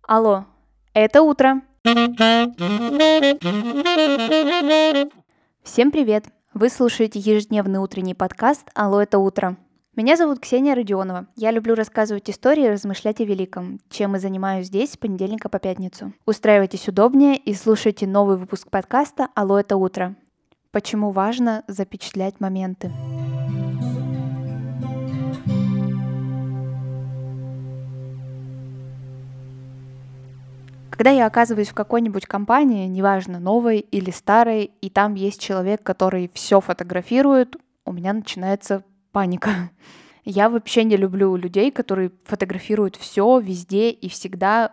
Алло, это утро. Всем привет! Вы слушаете ежедневный утренний подкаст «Алло, это утро». Меня зовут Ксения Родионова. Я люблю рассказывать истории и размышлять о великом, чем и занимаюсь здесь с понедельника по пятницу. Устраивайтесь удобнее и слушайте новый выпуск подкаста «Алло, это утро». Почему важно запечатлять моменты? Когда я оказываюсь в какой-нибудь компании, неважно, новой или старой, и там есть человек, который все фотографирует, у меня начинается паника. Я вообще не люблю людей, которые фотографируют все везде и всегда.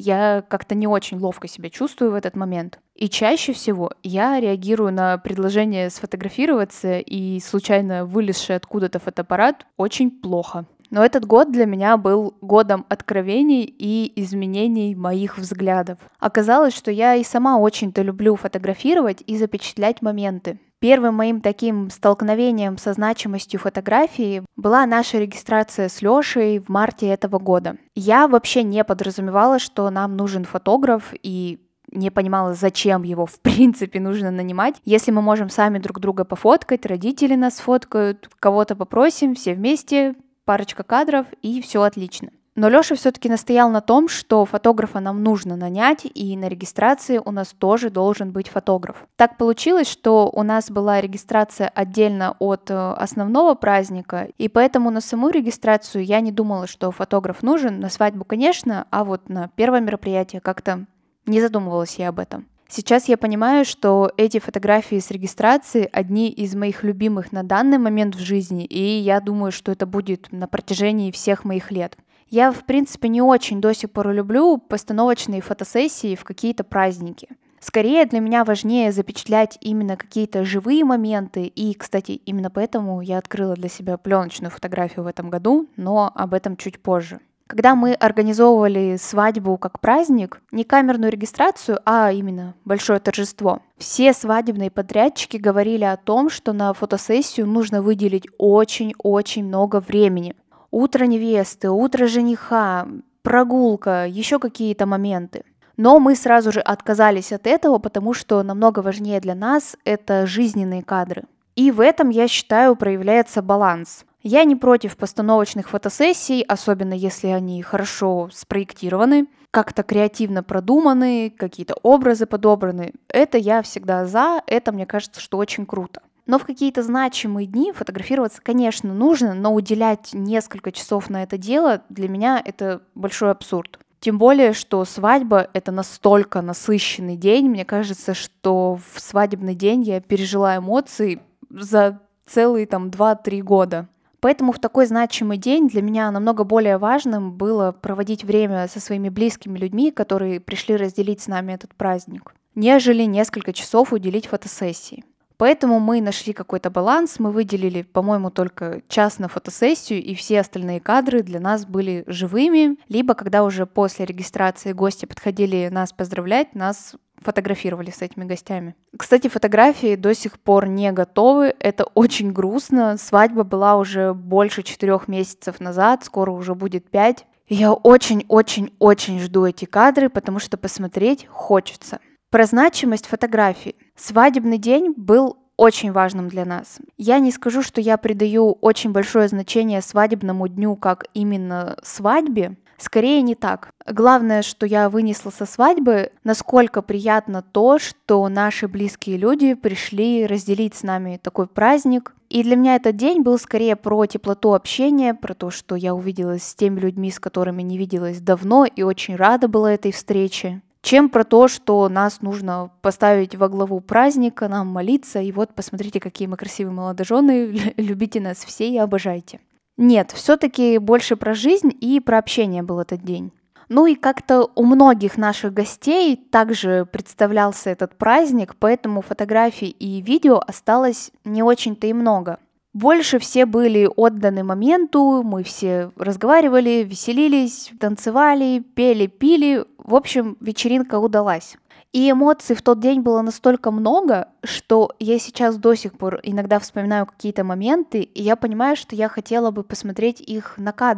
Я как-то не очень ловко себя чувствую в этот момент. И чаще всего я реагирую на предложение сфотографироваться и случайно вылезший откуда-то фотоаппарат очень плохо. Но этот год для меня был годом откровений и изменений моих взглядов. Оказалось, что я и сама очень-то люблю фотографировать и запечатлять моменты. Первым моим таким столкновением со значимостью фотографии была наша регистрация с Лёшей в марте этого года. Я вообще не подразумевала, что нам нужен фотограф, и не понимала, зачем его в принципе нужно нанимать, если мы можем сами друг друга пофоткать, родители нас фоткают, кого-то попросим, все вместе, парочка кадров, и все отлично. Но Лёша все-таки настоял на том, что фотографа нам нужно нанять, и на регистрации у нас тоже должен быть фотограф. Так получилось, что у нас была регистрация отдельно от основного праздника, и поэтому на саму регистрацию я не думала, что фотограф нужен. На свадьбу, конечно, а вот на первое мероприятие как-то не задумывалась я об этом. Сейчас я понимаю, что эти фотографии с регистрации одни из моих любимых на данный момент в жизни, и я думаю, что это будет на протяжении всех моих лет. Я, в принципе, не очень до сих пор люблю постановочные фотосессии в какие-то праздники. Скорее для меня важнее запечатлять именно какие-то живые моменты, и, кстати, именно поэтому я открыла для себя пленочную фотографию в этом году, но об этом чуть позже. Когда мы организовывали свадьбу как праздник, не камерную регистрацию, а именно большое торжество, все свадебные подрядчики говорили о том, что на фотосессию нужно выделить очень-очень много времени. Утро невесты, утро жениха, прогулка, еще какие-то моменты. Но мы сразу же отказались от этого, потому что намного важнее для нас это жизненные кадры. И в этом, я считаю, проявляется баланс. Я не против постановочных фотосессий, особенно если они хорошо спроектированы, как-то креативно продуманы, какие-то образы подобраны. Это я всегда за, это мне кажется, что очень круто. Но в какие-то значимые дни фотографироваться, конечно, нужно, но уделять несколько часов на это дело для меня это большой абсурд. Тем более, что свадьба — это настолько насыщенный день. Мне кажется, что в свадебный день я пережила эмоции за целые 2-3 года. Поэтому в такой значимый день для меня намного более важным было проводить время со своими близкими людьми, которые пришли разделить с нами этот праздник, нежели несколько часов уделить фотосессии. Поэтому мы нашли какой-то баланс, мы выделили, по-моему, только час на фотосессию, и все остальные кадры для нас были живыми, либо когда уже после регистрации гости подходили нас поздравлять, нас фотографировали с этими гостями. Кстати, фотографии до сих пор не готовы, это очень грустно. Свадьба была уже больше 4 месяцев назад, скоро уже будет 5. И я очень-очень-очень жду эти кадры, потому что посмотреть хочется. Про значимость фотографий. Свадебный день был очень важным для нас. Я не скажу, что я придаю очень большое значение свадебному дню как именно свадьбе, скорее не так. Главное, что я вынесла со свадьбы, насколько приятно то, что наши близкие люди пришли разделить с нами такой праздник. И для меня этот день был скорее про теплоту общения, про то, что я увиделась с теми людьми, с которыми не виделась давно и очень рада была этой встрече, чем про то, что нас нужно поставить во главу праздника, нам молиться, и вот посмотрите, какие мы красивые молодожены, любите нас все и обожайте. Нет, все-таки больше про жизнь и про общение был этот день. Ну и как-то у многих наших гостей также представлялся этот праздник, поэтому фотографий и видео осталось не очень-то и много. Больше все были отданы моменту, мы все разговаривали, веселились, танцевали, пели, пили. В общем, вечеринка удалась. И эмоций в тот день было настолько много, что я сейчас до сих пор иногда вспоминаю какие-то моменты, и я понимаю, что я хотела бы посмотреть их на кадрах.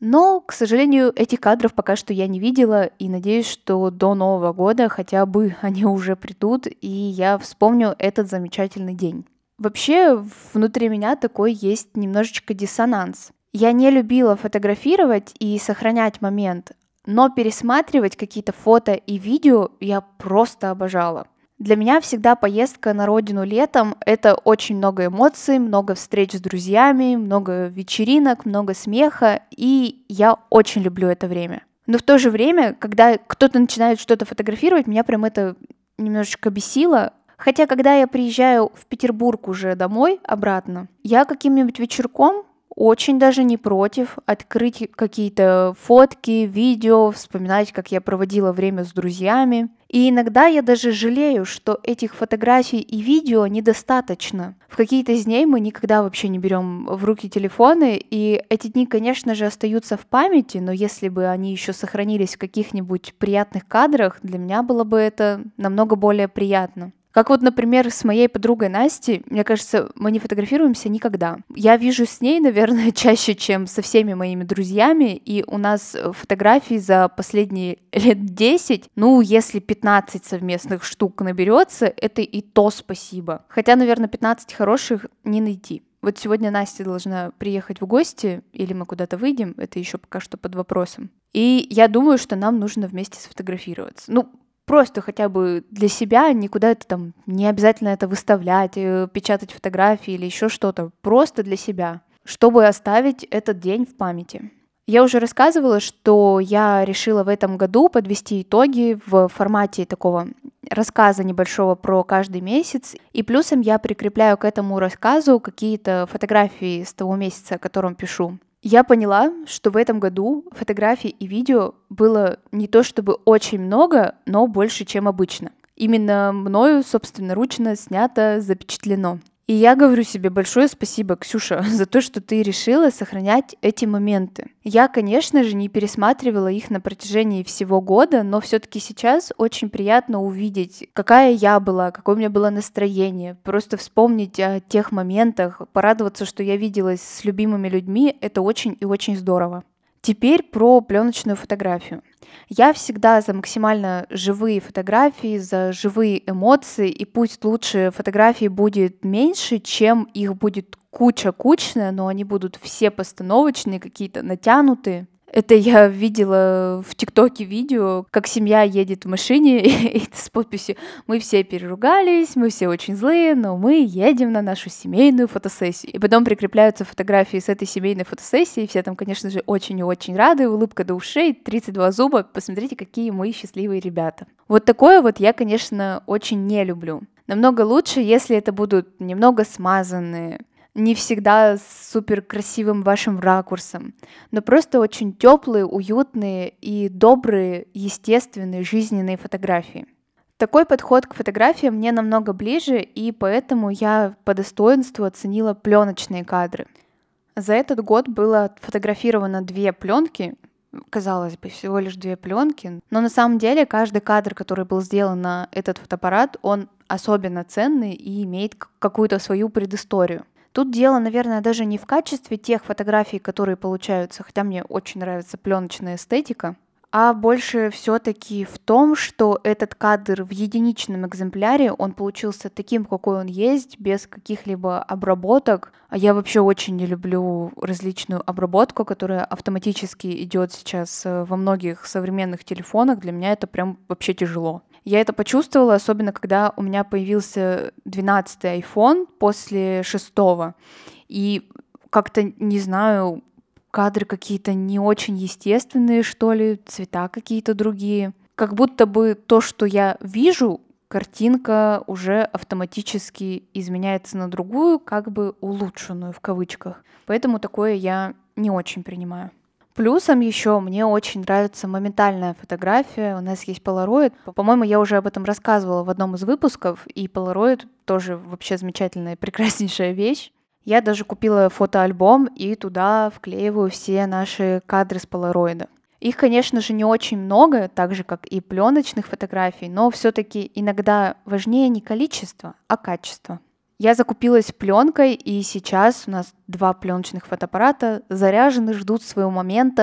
Но, к сожалению, этих кадров пока что я не видела, и надеюсь, что до Нового года хотя бы они уже придут, и я вспомню этот замечательный день. Вообще, внутри меня такой есть немножечко диссонанс. Я не любила фотографировать и сохранять момент, но пересматривать какие-то фото и видео я просто обожала. Для меня всегда поездка на родину летом — это очень много эмоций, много встреч с друзьями, много вечеринок, много смеха, и я очень люблю это время. Но в то же время, когда кто-то начинает что-то фотографировать, меня прям это немножечко бесило. Хотя, когда я приезжаю в Петербург уже домой, обратно, я каким-нибудь вечерком очень даже не против открыть какие-то фотки, видео, вспоминать, как я проводила время с друзьями. И иногда я даже жалею, что этих фотографий и видео недостаточно. В какие-то из дней мы никогда вообще не берем в руки телефоны, и эти дни, конечно же, остаются в памяти, но если бы они еще сохранились в каких-нибудь приятных кадрах, для меня было бы это намного более приятно. Как вот, например, с моей подругой Настей, мне кажется, мы не фотографируемся никогда. Я вижу с ней, наверное, чаще, чем со всеми моими друзьями, и у нас фотографий за последние лет 10, ну, если 15 совместных штук наберется, это и то спасибо. Хотя, наверное, 15 хороших не найти. Вот сегодня Настя должна приехать в гости, или мы куда-то выйдем, это еще пока что под вопросом. И я думаю, что нам нужно вместе сфотографироваться. Ну, просто хотя бы для себя, никуда это там не обязательно это выставлять, печатать фотографии или еще что-то, просто для себя, чтобы оставить этот день в памяти. Я уже рассказывала, что я решила в этом году подвести итоги в формате такого рассказа небольшого про каждый месяц, и плюсом я прикрепляю к этому рассказу какие-то фотографии с того месяца, о котором пишу. Я поняла, что в этом году фотографий и видео было не то чтобы очень много, но больше, чем обычно. Именно мною собственноручно снято, запечатлено. И я говорю себе большое спасибо, Ксюша, за то, что ты решила сохранять эти моменты. Я, конечно же, не пересматривала их на протяжении всего года, но все-таки сейчас очень приятно увидеть, какая я была, какое у меня было настроение, просто вспомнить о тех моментах, порадоваться, что я виделась с любимыми людьми, это очень и очень здорово. Теперь про пленочную фотографию. Я всегда за максимально живые фотографии, за живые эмоции, и пусть лучше фотографий будет меньше, чем их будет куча кучная, но они будут все постановочные, какие-то натянутые. Это я видела в ТикТоке видео, как семья едет в машине и с подписью «Мы все переругались, мы все очень злые, но мы едем на нашу семейную фотосессию». И потом прикрепляются фотографии с этой семейной фотосессии, все там, конечно же, очень и очень рады, улыбка до ушей, 32 зуба, посмотрите, какие мы счастливые ребята. Вот такое вот я, конечно, очень не люблю. Намного лучше, если это будут немного смазанные, не всегда с супер красивым вашим ракурсом, но просто очень теплые, уютные и добрые, естественные, жизненные фотографии. Такой подход к фотографиям мне намного ближе, и поэтому я по достоинству оценила пленочные кадры. За этот год было фотографировано 2 пленки, казалось бы, всего лишь 2 пленки, но на самом деле каждый кадр, который был сделан на этот фотоаппарат, он особенно ценный и имеет какую-то свою предысторию. Тут дело, наверное, даже не в качестве тех фотографий, которые получаются, хотя мне очень нравится пленочная эстетика, а больше все-таки в том, что этот кадр в единичном экземпляре, он получился таким, какой он есть, без каких-либо обработок. А я вообще очень не люблю различную обработку, которая автоматически идет сейчас во многих современных телефонах. Для меня это прям вообще тяжело. Я это почувствовала, особенно когда у меня появился 12-й iPhone после 6-го. И как-то, не знаю, кадры какие-то не очень естественные, что ли, цвета какие-то другие. Как будто бы то, что я вижу, картинка уже автоматически изменяется на другую, как бы улучшенную в кавычках. Поэтому такое я не очень принимаю. Плюсом еще мне очень нравится моментальная фотография. У нас есть Polaroid. По-моему, я уже об этом рассказывала в одном из выпусков. И Polaroid тоже вообще замечательная, прекраснейшая вещь. Я даже купила фотоальбом и туда вклеиваю все наши кадры с Polaroid. Их, конечно же, не очень много, так же, как и пленочных фотографий, но все-таки иногда важнее не количество, а качество. Я закупилась пленкой, и сейчас у нас 2 пленочных фотоаппарата заряжены, ждут своего момента.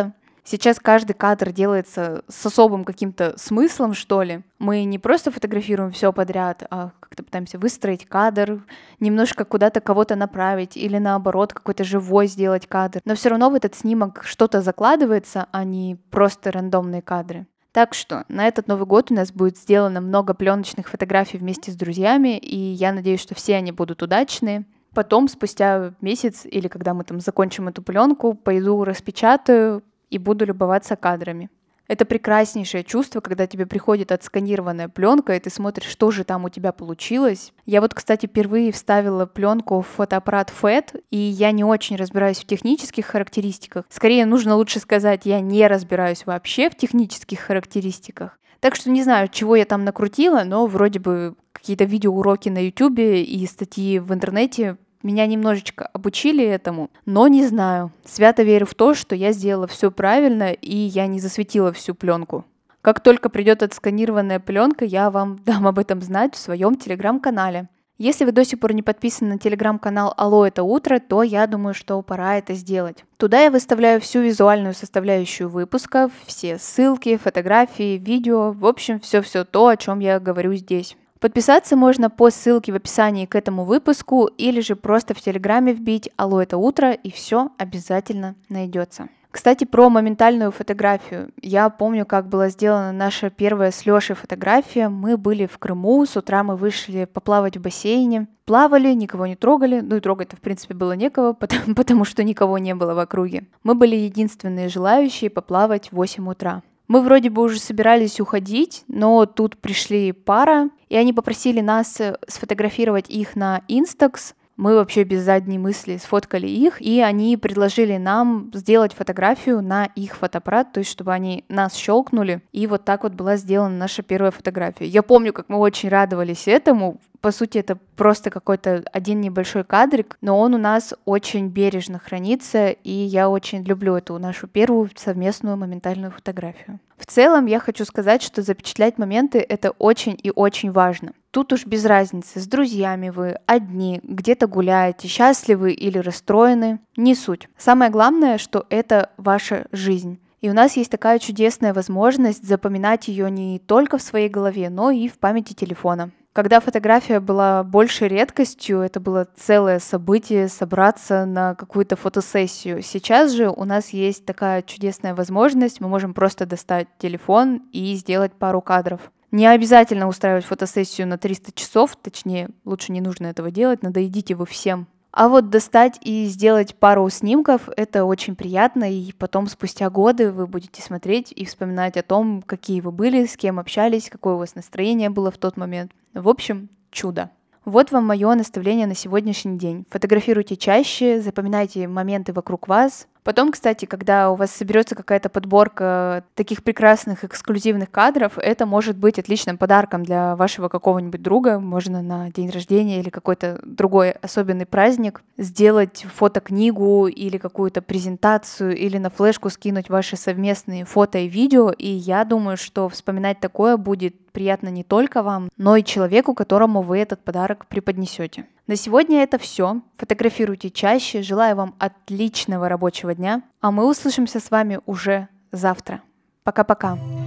Сейчас каждый кадр делается с особым каким-то смыслом, что ли. Мы не просто фотографируем все подряд, а как-то пытаемся выстроить кадр, немножко куда-то кого-то направить или наоборот какой-то живой сделать кадр. Но все равно в этот снимок что-то закладывается, а не просто рандомные кадры. Так что на этот Новый год у нас будет сделано много пленочных фотографий вместе с друзьями, и я надеюсь, что все они будут удачные. Потом, спустя месяц или когда мы там закончим эту пленку, пойду распечатаю и буду любоваться кадрами. Это прекраснейшее чувство, когда тебе приходит отсканированная пленка, и ты смотришь, что же там у тебя получилось. Я вот, кстати, впервые вставила пленку в фотоаппарат FAT, и я не очень разбираюсь в технических характеристиках. Скорее, нужно лучше сказать, я не разбираюсь вообще в технических характеристиках. Так что не знаю, чего я там накрутила, но вроде бы какие-то видеоуроки на YouTube и статьи в интернете меня немножечко обучили этому, но не знаю. Свято верю в то, что я сделала все правильно и я не засветила всю пленку. Как только придет отсканированная пленка, я вам дам об этом знать в своем телеграм-канале. Если вы до сих пор не подписаны на телеграм-канал «Алло, это утро», то я думаю, что пора это сделать. Туда я выставляю всю визуальную составляющую выпусков, все ссылки, фотографии, видео, в общем, все то, о чем я говорю здесь. Подписаться можно по ссылке в описании к этому выпуску или же просто в Телеграме вбить «Алло, это утро» и все обязательно найдется. Кстати, про моментальную фотографию. Я помню, как была сделана наша первая с Лешей фотография. Мы были в Крыму, с утра мы вышли поплавать в бассейне. Плавали, никого не трогали. Ну и трогать-то, в принципе, было некого, потому что никого не было в округе. Мы были единственные желающие поплавать в 8 утра. Мы вроде бы уже собирались уходить, но тут пришли пара, и они попросили нас сфотографировать их на Instax. Мы вообще без задней мысли сфоткали их, и они предложили нам сделать фотографию на их фотоаппарат, то есть чтобы они нас щелкнули, и вот так вот была сделана наша первая фотография. Я помню, как мы очень радовались этому. По сути, это просто какой-то один небольшой кадрик, но он у нас очень бережно хранится, и я очень люблю эту нашу первую совместную моментальную фотографию. В целом, я хочу сказать, что запечатлять моменты — это очень и очень важно. Тут уж без разницы, с друзьями вы, одни, где-то гуляете, счастливы или расстроены, не суть. Самое главное, что это ваша жизнь. И у нас есть такая чудесная возможность запоминать ее не только в своей голове, но и в памяти телефона. Когда фотография была больше редкостью, это было целое событие собраться на какую-то фотосессию. Сейчас же у нас есть такая чудесная возможность, мы можем просто достать телефон и сделать пару кадров. Не обязательно устраивать фотосессию на 300 часов, точнее, лучше не нужно этого делать, надоедите вы всем. А вот достать и сделать пару снимков — это очень приятно, и потом спустя годы вы будете смотреть и вспоминать о том, какие вы были, с кем общались, какое у вас настроение было в тот момент. В общем, чудо. Вот вам мое наставление на сегодняшний день. Фотографируйте чаще, запоминайте моменты вокруг вас. Потом, кстати, когда у вас соберется какая-то подборка таких прекрасных эксклюзивных кадров, это может быть отличным подарком для вашего какого-нибудь друга. Можно на день рождения или какой-то другой особенный праздник сделать фотокнигу или какую-то презентацию, или на флешку скинуть ваши совместные фото и видео. И я думаю, что вспоминать такое будет приятно не только вам, но и человеку, которому вы этот подарок преподнесете. На сегодня это все. Фотографируйте чаще. Желаю вам отличного рабочего дня. А мы услышимся с вами уже завтра. Пока-пока.